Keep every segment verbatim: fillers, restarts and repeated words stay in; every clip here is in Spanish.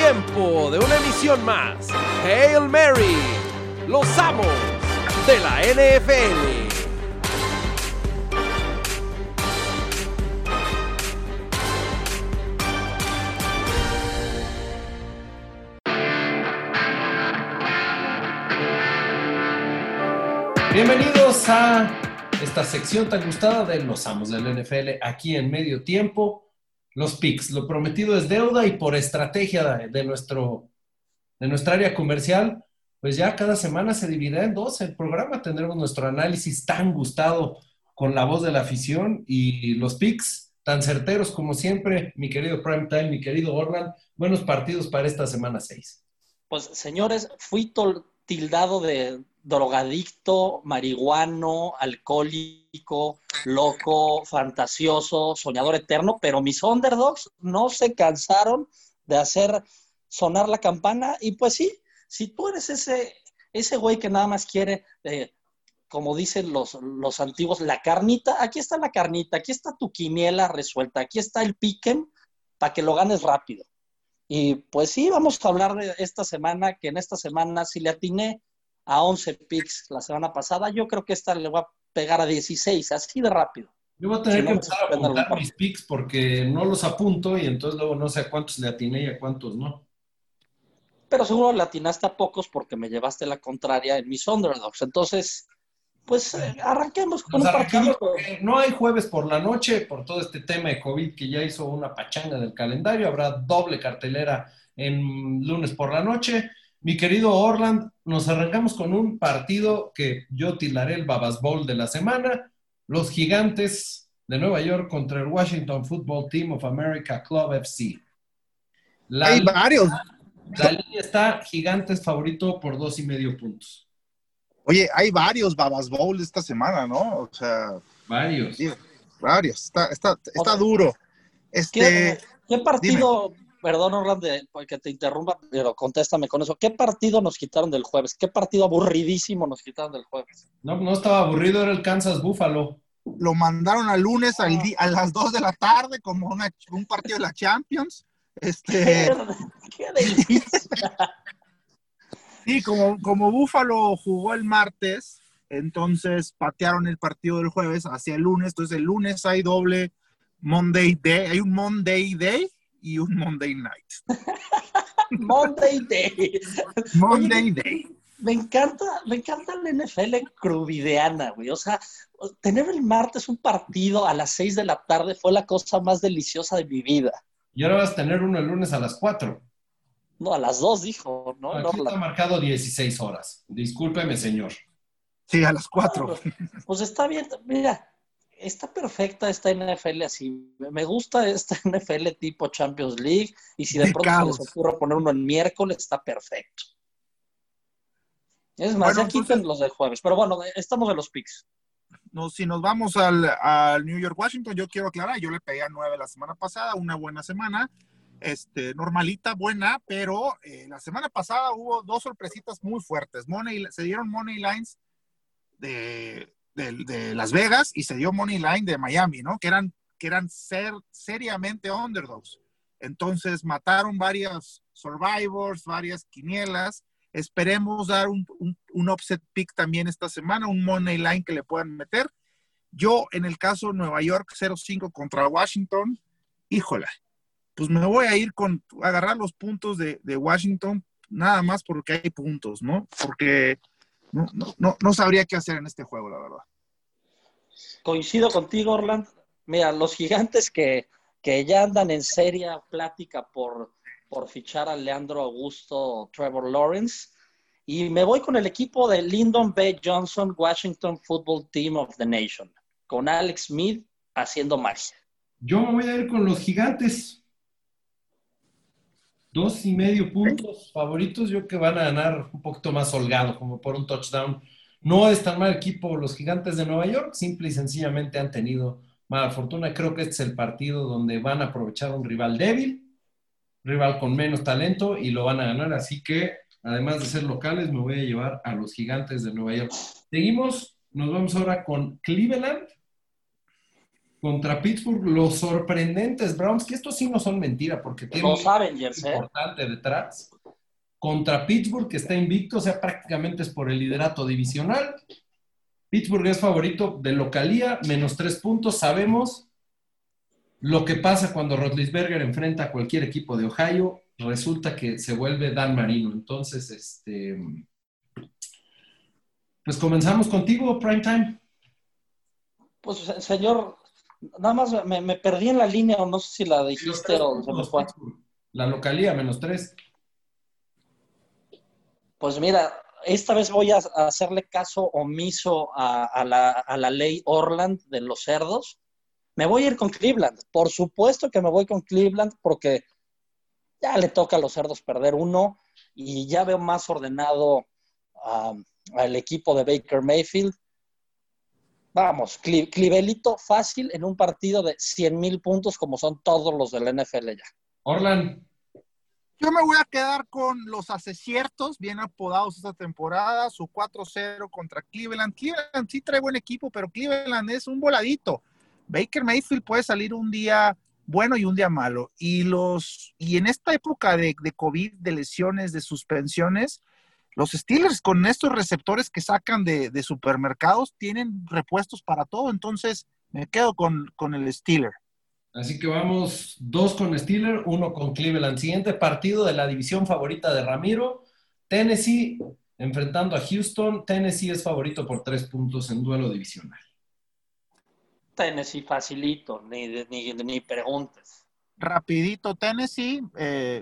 Tiempo de una emisión más. Hail Mary, los amos de la N F L. Bienvenidos a esta sección tan gustada de los amos del N F L aquí en Medio Tiempo. Los picks, lo prometido es deuda y por estrategia de, nuestro, de nuestra área comercial, pues ya cada semana se dividirá en dos. El programa tendremos nuestro análisis tan gustado con la voz de la afición y los picks tan certeros como siempre. Mi querido Primetime, mi querido Orland, buenos partidos para esta semana seis. Pues señores, fui tol- tildado de drogadicto, marihuano, alcohólico, loco, fantasioso, soñador eterno, pero mis underdogs no se cansaron de hacer sonar la campana. Y pues sí, si tú eres ese, ese güey que nada más quiere, eh, como dicen los, los antiguos, la carnita, aquí está la carnita, aquí está tu quiniela resuelta, aquí está el piquen para que lo ganes rápido. Y pues sí, vamos a hablar de esta semana, que en esta semana si le atiné a once picks la semana pasada, yo creo que esta le voy a pegar a dieciséis, así de rápido. Yo voy a tener si que no, empezar a apuntar mis picks porque no los apunto y entonces luego no sé a cuántos le atiné y a cuántos no. Pero seguro le atinaste a pocos porque me llevaste la contraria en mis underdogs. Entonces, pues eh, arranquemos con Nos un partido. No hay jueves por la noche por todo este tema de COVID que ya hizo una pachanga del calendario. Habrá doble cartelera en lunes por la noche. Mi querido Orland, nos arrancamos con un partido que yo tildaré el Babas Bowl de la semana. Los Gigantes de Nueva York contra el Washington Football Team of America Club F C. La Hay línea, varios. La línea está Gigantes favorito por dos y medio puntos. Oye, hay varios Babas Bowl esta semana, ¿no? O sea, varios. Sí, varios. Está, está, está O sea, duro. Este, ¿Qué, qué partido, dime. perdón, Orlando, que te interrumpa, pero contéstame con eso, ¿qué partido nos quitaron del jueves? ¿Qué partido aburridísimo nos quitaron del jueves? No, no estaba aburrido, era el Kansas Buffalo. Lo mandaron al lunes Ah. al di- a las dos de la tarde como una, un partido de la Champions. Este, ¡Qué, qué delicia! Sí, como, como Buffalo jugó el martes, entonces patearon el partido del jueves hacia el lunes. Entonces el lunes hay doble Monday Day, hay un Monday Day y un Monday Night. Monday Day. Monday Oye, Day. Me encanta, me encanta la N F L crudideana, güey. O sea, tener el martes un partido a las seis de la tarde fue la cosa más deliciosa de mi vida. Y ahora vas a tener uno el lunes a las cuatro. No, a las dos dijo, ¿no? Aquí está marcado dieciséis horas. Discúlpeme, señor. Sí, a las cuatro. Pues está bien, mira, está perfecta esta N F L así. Me gusta esta N F L tipo Champions League y si de, de pronto caos. Se les ocurre poner uno en miércoles, está perfecto. Es más, bueno, ya quiten entonces, los del jueves. Pero bueno, estamos en los picks. No, si nos vamos al, al New York, Washington, yo quiero aclarar, yo le pegué a nueve la semana pasada, una buena semana. Este, normalita, buena, pero eh, la semana pasada hubo dos sorpresitas muy fuertes. Money, se dieron money lines de, de, de Las Vegas y se dio money line de Miami, ¿no? Que eran, que eran ser, seriamente underdogs. Entonces mataron varios survivors, varias quinielas. Esperemos dar un, un, un upset pick también esta semana, un money line que le puedan meter. Yo, en el caso de Nueva York, cero cinco contra Washington, híjola. Pues me voy a ir con agarrar los puntos de, de Washington, nada más porque hay puntos, ¿no? Porque no, no, no, no sabría qué hacer en este juego, la verdad. Coincido contigo, Orlando. Mira, los Gigantes que, que ya andan en seria plática por, por fichar a Leandro Augusto, Trevor Lawrence, y me voy con el equipo de Lyndon B. Johnson, Washington Football Team of the Nation, con Alex Smith haciendo magia. Yo me voy a ir con los Gigantes. Dos y medio puntos favoritos, yo que van a ganar un poquito más holgado, como por un touchdown. No es tan mal equipo los Gigantes de Nueva York, simple y sencillamente han tenido mala fortuna. Creo que este es el partido donde van a aprovechar un rival débil, rival con menos talento y lo van a ganar. Así que, además de ser locales, me voy a llevar a los Gigantes de Nueva York. Seguimos, nos vamos ahora con Cleveland Contra Pittsburgh, los sorprendentes Browns, que estos sí no son mentira, porque tienen Los Avengers, un ¿eh? importante detrás. Contra Pittsburgh, que está invicto, o sea, prácticamente es por el liderato divisional. Pittsburgh es favorito de localía, menos tres puntos. Sabemos lo que pasa cuando Roethlisberger enfrenta a cualquier equipo de Ohio. Resulta que se vuelve Dan Marino. Entonces, este, pues comenzamos contigo, Primetime. Pues, señor, nada más me, me perdí en la línea, o no sé si la Menos dijiste tres o se me puntos, fue. Pittsburgh. La localía, menos tres. Pues mira, esta vez voy a, a hacerle caso omiso a, a, la, a la ley Orland de los cerdos. Me voy a ir con Cleveland. Por supuesto que me voy con Cleveland porque ya le toca a los cerdos perder uno y ya veo más ordenado um, al equipo de Baker Mayfield. Vamos, Cle Clivelito fácil en un partido de cien mil puntos como son todos los del N F L ya. Orland. Yo me voy a quedar con los aceciertos, bien apodados esta temporada, su cuatro cero contra Cleveland. Cleveland sí trae buen equipo, pero Cleveland es un voladito. Baker Mayfield puede salir un día bueno y un día malo. Y, los, y en esta época de, de COVID, de lesiones, de suspensiones, los Steelers con estos receptores que sacan de, de supermercados tienen repuestos para todo. Entonces me quedo con, con el Steeler. Así que vamos dos con Steelers, uno con Cleveland. Siguiente partido de la división favorita de Ramiro. Tennessee enfrentando a Houston. Tennessee es favorito por tres puntos en duelo divisional. Tennessee facilito, ni, ni, ni preguntes. Rapidito Tennessee, eh,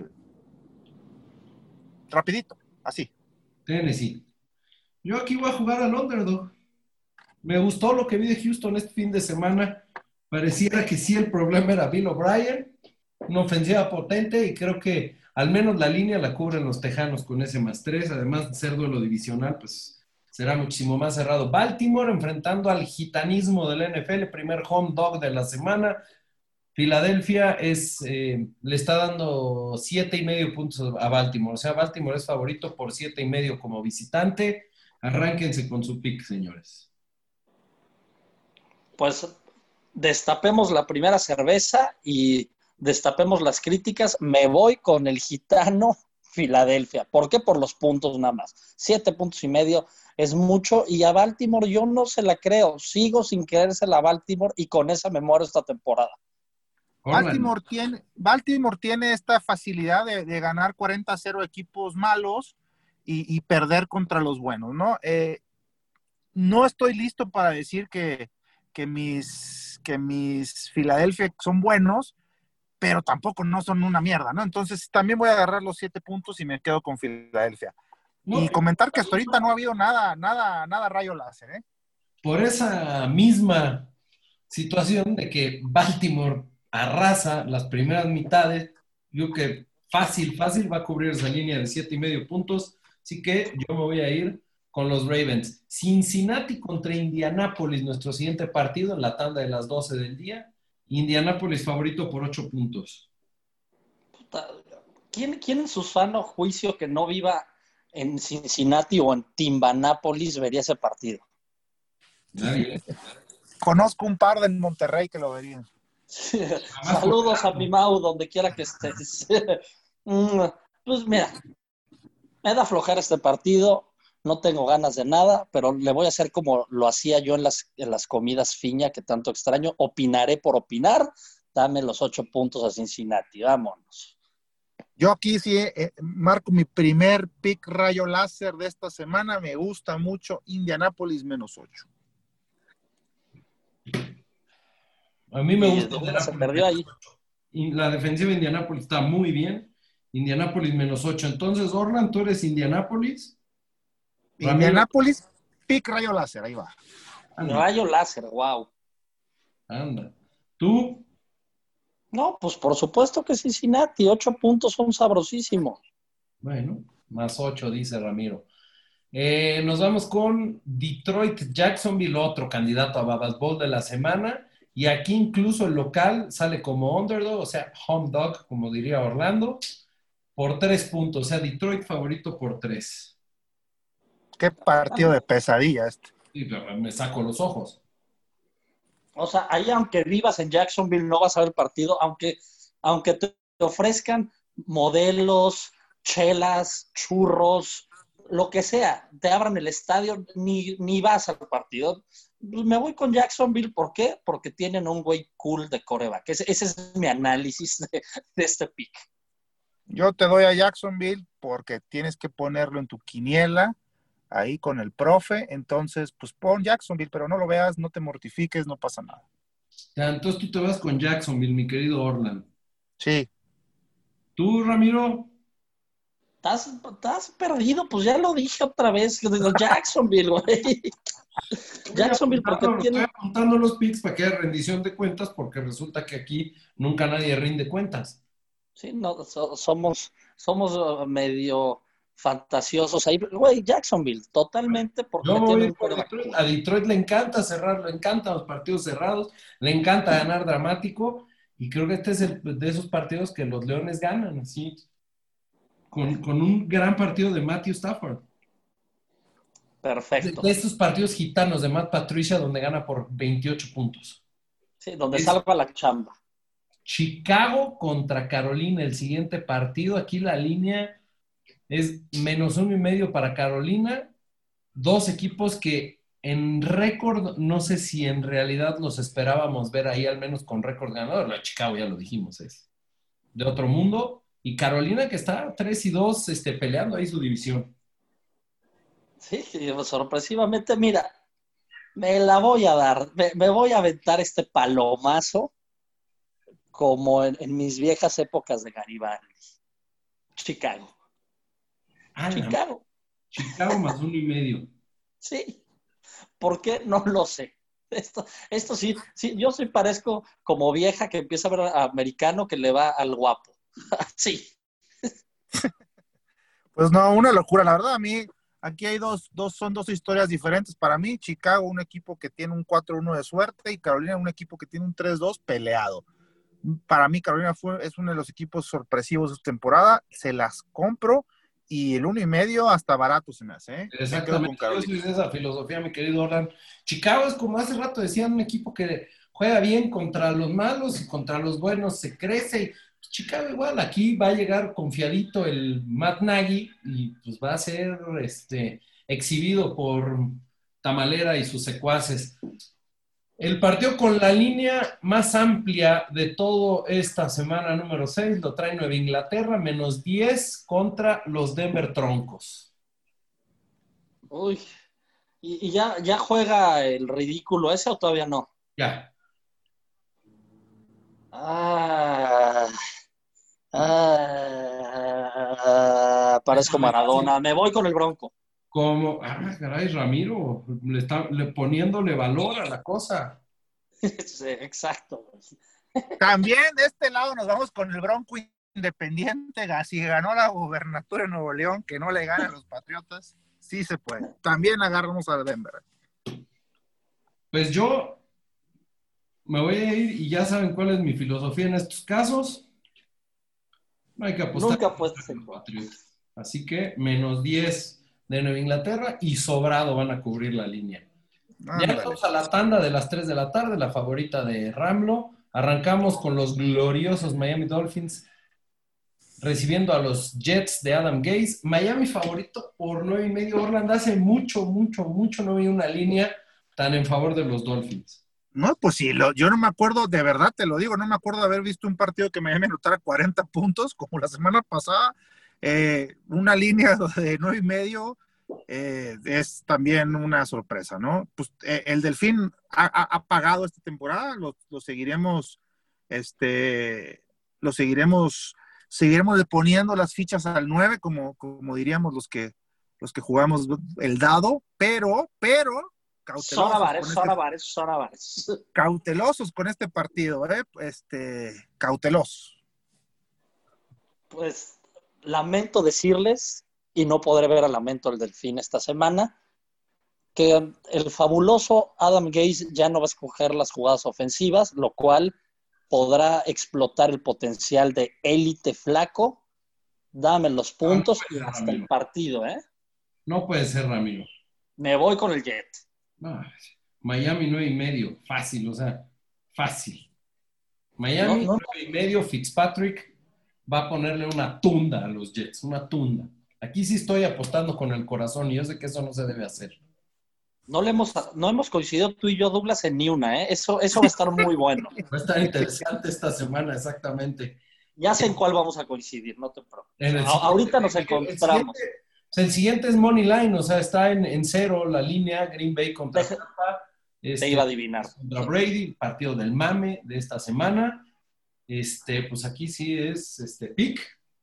rapidito, así. Tennessee. Yo aquí voy a jugar al underdog. Me gustó lo que vi de Houston este fin de semana. Pareciera que sí el problema era Bill O'Brien, una ofensiva potente y creo que al menos la línea la cubren los Tejanos con ese más tres. Además de ser duelo divisional, pues será muchísimo más cerrado. Baltimore enfrentando al gitanismo del N F L, primer home dog de la semana. Filadelfia es, eh, le está dando siete y medio puntos a Baltimore. O sea, Baltimore es favorito por siete y medio como visitante. Arránquense con su pick, señores. Pues destapemos la primera cerveza y destapemos las críticas. Me voy con el gitano Filadelfia. ¿Por qué? Por los puntos nada más. Siete puntos y medio es mucho. Y a Baltimore yo no se la creo. Sigo sin creérsela a Baltimore y con esa me muero esta temporada. Baltimore tiene, Baltimore tiene esta facilidad de, de ganar cuarenta a cero equipos malos y, y perder contra los buenos, ¿no? Eh, no estoy listo para decir que, que mis, que mis Philadelphia son buenos, pero tampoco no son una mierda, ¿no? Entonces también voy a agarrar los siete puntos y me quedo con Filadelfia. No, y comentar que hasta ahorita no ha habido nada, nada, nada rayo láser, ¿eh? Por esa misma situación de que Baltimore arrasa las primeras mitades, yo que fácil, fácil va a cubrir esa línea de siete y medio puntos, así que yo me voy a ir con los Ravens. Cincinnati contra Indianápolis, nuestro siguiente partido en la tanda de las doce del día. Indianápolis favorito por ocho puntos. ¿Quién, quién en su sano juicio que no viva en Cincinnati o en Timbanápolis vería ese partido? Nadie. Conozco un par de Monterrey que lo verían. Saludos a mi Mau, donde quiera que estés. Pues mira, me da flojera este partido, no tengo ganas de nada, pero le voy a hacer como lo hacía yo en las, en las comidas fiña que tanto extraño. Opinaré por opinar. Dame los ocho puntos a Cincinnati, vámonos. Yo aquí sí eh, marco mi primer pick rayo láser de esta semana. Me gusta mucho Indianapolis menos ocho. A mí me Y gusta. se perdió ahí. Y la defensiva de Indianapolis está muy bien. Indianapolis menos ocho. Entonces, Orland, ¿tú eres Indianapolis? Indianapolis, pick rayo láser, ahí va. Anda. Rayo láser, wow. Anda. ¿Tú? No, pues por supuesto que Cincinnati. Ocho puntos son sabrosísimos. Bueno, más ocho, dice Ramiro. Eh, nos vamos con Detroit Jacksonville, otro candidato a Babas Bowl de la semana. Y aquí incluso el local sale como underdog, o sea, home dog, como diría Orlando, por tres puntos. O sea, Detroit favorito por tres. Qué partido de pesadilla este. Sí, pero me saco los ojos. O sea, ahí aunque vivas en Jacksonville no vas a ver el partido, aunque, aunque te ofrezcan modelos, chelas, churros, lo que sea, te abran el estadio, ni, ni vas al partido. Pues me voy con Jacksonville, ¿por qué? Porque tienen un güey cool de coreback. Ese, ese es mi análisis de, de este pick. Yo te doy a Jacksonville porque tienes que ponerlo en tu quiniela, ahí con el profe, entonces pues pon Jacksonville, pero no lo veas, no te mortifiques, no pasa nada. Ya, entonces tú te vas con Jacksonville, mi querido Orland. Sí. ¿Tú, Ramiro? ¿Estás, estás perdido? Pues ya lo dije otra vez. Jacksonville, güey. Jacksonville porque Estoy tiene... apuntando los picks para que haya rendición de cuentas, porque resulta que aquí nunca nadie rinde cuentas. Sí, no, so, somos, somos medio fantasiosos ahí. Güey, Jacksonville, totalmente porque Yo tiene voy un por quarterback. Detroit. A Detroit le encanta cerrar, le encantan los partidos cerrados, le encanta ganar dramático, y creo que este es el de esos partidos que los Leones ganan, así, con, con un gran partido de Matthew Stafford. De, Perfecto. de estos partidos gitanos de Matt Patricia, donde gana por veintiocho puntos. Sí, donde Es salva la chamba. Chicago contra Carolina, el siguiente partido. Aquí la línea es menos uno y medio para Carolina. Dos equipos que en récord, no sé si en realidad los esperábamos ver ahí, al menos con récord ganador. La Chicago, ya lo dijimos, es de otro mundo. Y Carolina que está tres y dos este, peleando ahí su división. Sí, sorpresivamente, mira, me la voy a dar, me, me voy a aventar este palomazo como en, en mis viejas épocas de Garibaldi. Chicago. Ah, Chicago. Chicago más uno y medio. Sí. ¿Por qué? No lo sé. Esto, esto sí, sí, yo sí parezco como vieja que empieza a ver a americano que le va al guapo. Sí. Pues no, una locura, la verdad, a mí, aquí hay dos, dos, son dos historias diferentes para mí. Chicago, un equipo que tiene un cuatro uno de suerte, y Carolina, un equipo que tiene un tres dos peleado. Para mí, Carolina fue, es uno de los equipos sorpresivos de esta temporada, se las compro, y el uno y medio hasta barato se me hace, ¿eh? Me quedo con Exactamente, yo Carolina. soy de esa filosofía, mi querido Orlan. Chicago es como hace rato decían, un equipo que juega bien contra los malos y contra los buenos se crece. Chicago igual, aquí va a llegar confiadito el Matt Nagy y pues va a ser este, exhibido por Tamalera y sus secuaces. El partido con la línea más amplia de toda esta semana número seis lo trae Nueva Inglaterra, menos diez contra los Denver Troncos. Uy. ¿Y, y ya, ya juega el ridículo ese o todavía no? Ya. Ah, ah, parezco Maradona. Me voy con el Bronco. Como, ah, caray, Ramiro, le está le poniéndole valor a la cosa. Sí, exacto. También de este lado nos vamos con el Bronco Independiente, si ganó la gubernatura de Nuevo León, que no le ganan los Patriotas, sí se puede. También agarramos a Denver. Pues yo me voy a ir y ya saben cuál es mi filosofía en estos casos. No hay que apostar Nunca apuestas en en los Patriotas. Así que menos diez de Nueva Inglaterra y sobrado van a cubrir la línea. Ya Ándale. estamos a la tanda de las tres de la tarde, la favorita de Ramlo. Arrancamos con los gloriosos Miami Dolphins recibiendo a los Jets de Adam Gase. Miami favorito por nueve y medio. Orlando hace mucho, mucho, mucho no vi una línea tan en favor de los Dolphins. No, pues sí, lo, yo no me acuerdo, de verdad te lo digo, no me acuerdo de haber visto un partido que Miami anotara cuarenta puntos, como la semana pasada. Eh, una línea de nueve y medio eh, es también una sorpresa, ¿no? Pues eh, el Delfín ha, ha, ha pagado esta temporada, lo, lo seguiremos, este, lo seguiremos, seguiremos poniendo las fichas al nueve, como, como diríamos los que, los que jugamos el dado, pero, pero, cautelosos Sonavares, con Sonavares, este, Sonavares. Cautelosos con este partido, ¿eh? Este, cautelosos. Pues lamento decirles, y no podré ver a Lamento el Delfín esta semana, que el fabuloso Adam Gase ya no va a escoger las jugadas ofensivas, lo cual podrá explotar el potencial de élite flaco. Dame los puntos No, no y ser, hasta Ramiro. el partido, ¿eh? No puede ser, Ramiro. Me voy con el Jet. No. Miami nueve y medio, fácil, o sea, fácil. Miami No, no. nueve y medio, Fitzpatrick va a ponerle una tunda a los Jets, una tunda. Aquí sí estoy apostando con el corazón y yo sé que eso no se debe hacer. No, le hemos, no hemos coincidido tú y yo, Douglas, en ni una, ¿eh? Eso, eso va a estar muy bueno. Va a estar interesante esta semana, exactamente. Ya sé en cuál vamos a coincidir, no te preocupes. En el A- ahorita nos siguiente- el encontramos. siguiente, el siguiente es Money Line, o sea, está en, en cero la línea, Green Bay contra Deja- Tampa, Te este, iba a adivinar. contra Brady, partido del mame de esta semana. Este, pues aquí sí es este pick.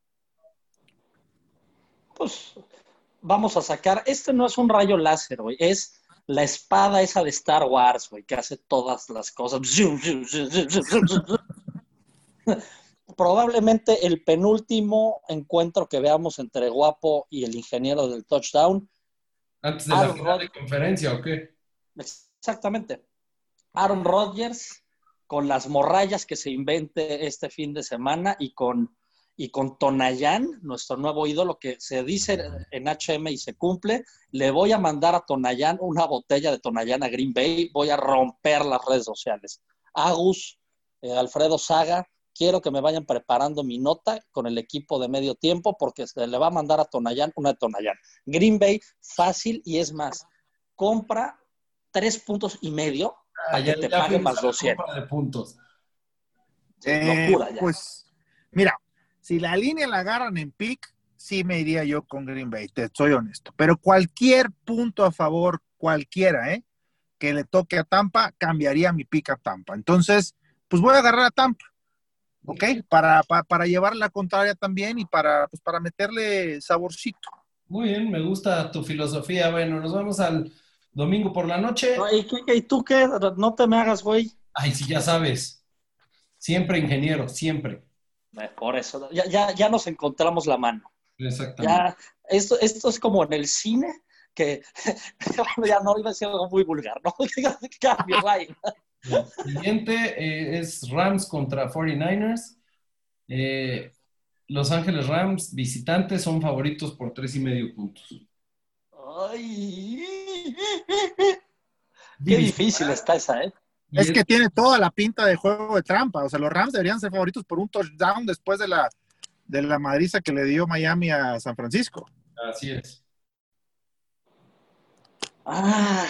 Pues vamos a sacar. Este no es un rayo láser, güey. Es la espada esa de Star Wars, güey, que hace todas las cosas. Probablemente el penúltimo encuentro que veamos entre Guapo y el ingeniero del touchdown. Antes de la Aaron final de Rod- conferencia, ¿o qué? Exactamente. Aaron Rodgers con las morrayas que se invente este fin de semana y con, y con Tonayán, nuestro nuevo ídolo, que se dice en H M y se cumple. Le voy a mandar a Tonayán una botella de Tonayán a Green Bay. Voy a romper las redes sociales. Agus, eh, Alfredo Saga, quiero que me vayan preparando mi nota con el equipo de medio tiempo porque se le va a mandar a Tonayán una de Tonayán. Green Bay, fácil, y es más, compra tres puntos y medio Ah, para ya, que te ya pague fuimos más a la doscientos. compra de puntos. Sí, Eh, locura ya. pues, mira, si la línea la agarran en pick, sí me iría yo con Green Bay, te soy honesto. Pero cualquier punto a favor, cualquiera, ¿eh? que le toque a Tampa, cambiaría mi pick a Tampa. Entonces, pues voy a agarrar a Tampa, ¿ok? Para, para, para llevar la contraria también y para, pues, para meterle saborcito. Muy bien, me gusta tu filosofía. Bueno, nos vamos al domingo por la noche. No, ¿y, qué- y tú qué? No te me hagas, güey. Ay, sí, ya sabes. Siempre ingeniero, siempre. Eh, Por eso, ya, ya, ya nos encontramos la mano. Exactamente. Ya, esto, esto es como en el cine, que ya no iba a decir algo muy vulgar, ¿no? Cambio, bye. El siguiente eh, es Rams contra cuarenta y nueve ers. Eh, Los Ángeles Rams visitantes son favoritos por tres y medio puntos. Ay, qué Divisional. difícil está esa, ¿eh? Y Es que tiene toda la pinta de juego de trampa. O sea, los Rams deberían ser favoritos por un touchdown después de la, de la madriza que le dio Miami a San Francisco. Así es. Ah,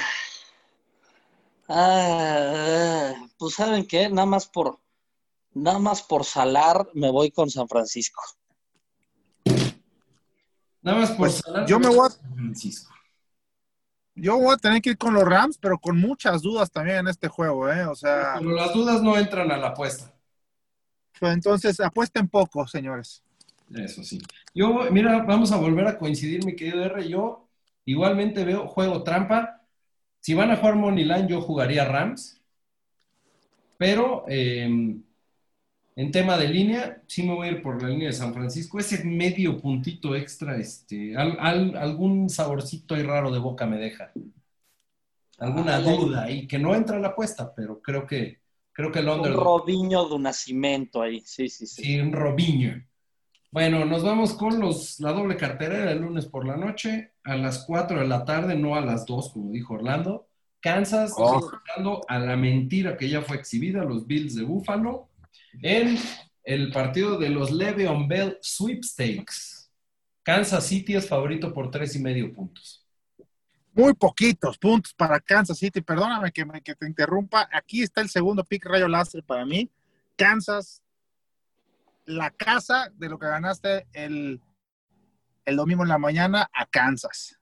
ah, pues ¿saben qué? Nada más por, nada más por salar me voy con San Francisco. Nada más por Pues, salar, yo me voy a- San Francisco. Yo voy a tener que ir con los Rams, pero con muchas dudas también en este juego, ¿eh? O sea, Pero las dudas no entran a la apuesta. pues entonces apuesten poco, señores. Eso sí. Yo, mira, vamos a volver a coincidir, mi querido R. Yo igualmente veo juego trampa. Si van a jugar Money Line, yo jugaría Rams. Pero eh, en tema de línea, sí me voy a ir por la línea de San Francisco. Ese medio puntito extra, este, al- al- algún saborcito ahí raro de boca me deja. Alguna Ay, ay. duda ahí, que no entra a la apuesta, pero creo que, creo que el Un under Robinho de un nacimiento ahí, sí, sí, sí. sí, un Robinho. Bueno, nos vamos con los, la doble carterera el lunes por la noche, a las cuatro de la tarde, no a las dos, como dijo Orlando. Kansas, Oh. enfrentando a la mentira que ya fue exhibida, los Bills de Buffalo, en el partido de los Le'Veon Bell Sweepstakes. Kansas City es favorito por tres y medio puntos. Muy poquitos puntos para Kansas City. Perdóname que, me, que te interrumpa. Aquí está el segundo pick rayo láser para mí. Kansas, la casa de lo que ganaste el, el domingo en la mañana a Kansas.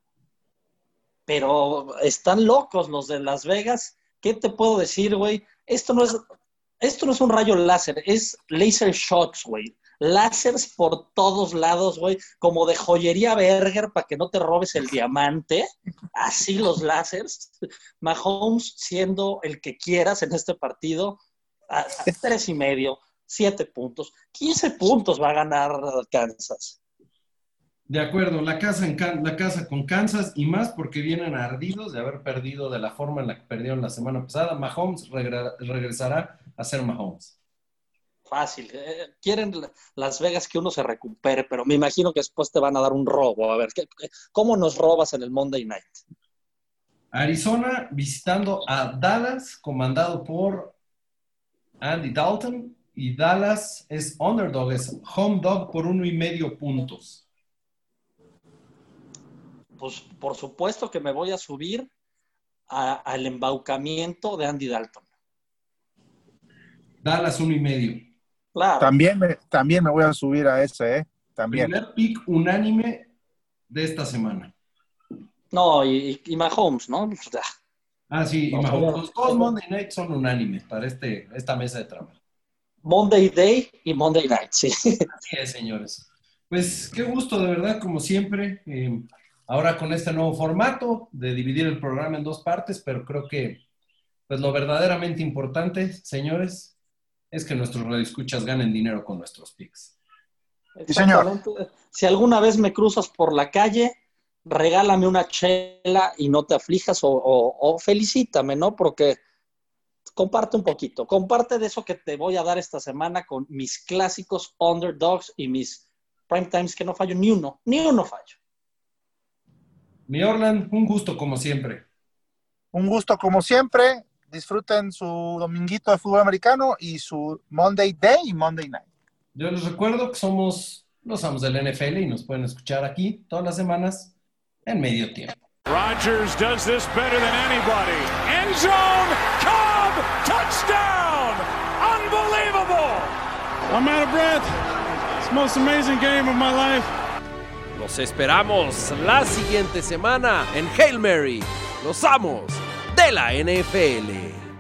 Pero están locos los de Las Vegas. ¿Qué te puedo decir, güey? Esto no es, esto no es un rayo láser, es laser shots, güey. Láseres por todos lados, güey, como de joyería Berger para que no te robes el diamante. Así los láseres. Mahomes siendo el que quieras en este partido, a, a tres y medio, siete puntos, quince puntos va a ganar Kansas. De acuerdo, la casa, en Can- la casa con Kansas y más porque vienen ardidos de haber perdido de la forma en la que perdieron la semana pasada. Mahomes regre- regresará a ser Mahomes. Fácil. Eh, quieren Las Vegas que uno se recupere, pero me imagino que después te van a dar un robo. A ver, ¿qué, qué, ¿cómo nos robas en el Monday Night? Arizona visitando a Dallas, comandado por Andy Dalton. Y Dallas es underdog, es home dog por uno y medio puntos. Pues por supuesto que me voy a subir a, al embaucamiento de Andy Dalton. Dallas uno y medio. Claro. También me, también me voy a subir a ese, ¿eh? También. Primer pick unánime de esta semana. No, y, y Mahomes, ¿no? Ah, sí, y No, Mahomes. no. Los dos Monday Night son unánimes para este, esta mesa de trabajo. Monday Day y Monday Night, sí. Así es, señores. Pues qué gusto, de verdad, como siempre. Eh, ahora con este nuevo formato de dividir el programa en dos partes, pero creo que pues lo verdaderamente importante, señores, es que nuestros radioescuchas ganen dinero con nuestros picks. Exactamente. Si alguna vez me cruzas por la calle, regálame una chela y no te aflijas o, o, o felicítame, ¿no? Porque comparte un poquito. Comparte de eso que te voy a dar esta semana con mis clásicos underdogs y mis prime times que no fallo ni uno. Ni uno fallo. Mi Orlan, un gusto como siempre. Un gusto como siempre. Disfruten su dominguito de fútbol americano y su Monday Day y Monday Night. Yo les recuerdo que somos los amos del N F L y nos pueden escuchar aquí todas las semanas en medio tiempo. Rodgers does this better than anybody. End zone, Cobb, touchdown! Unbelievable! I'm out of breath. It's the most amazing game of my life. Los esperamos la siguiente semana en Hail Mary, los amos de la N F L.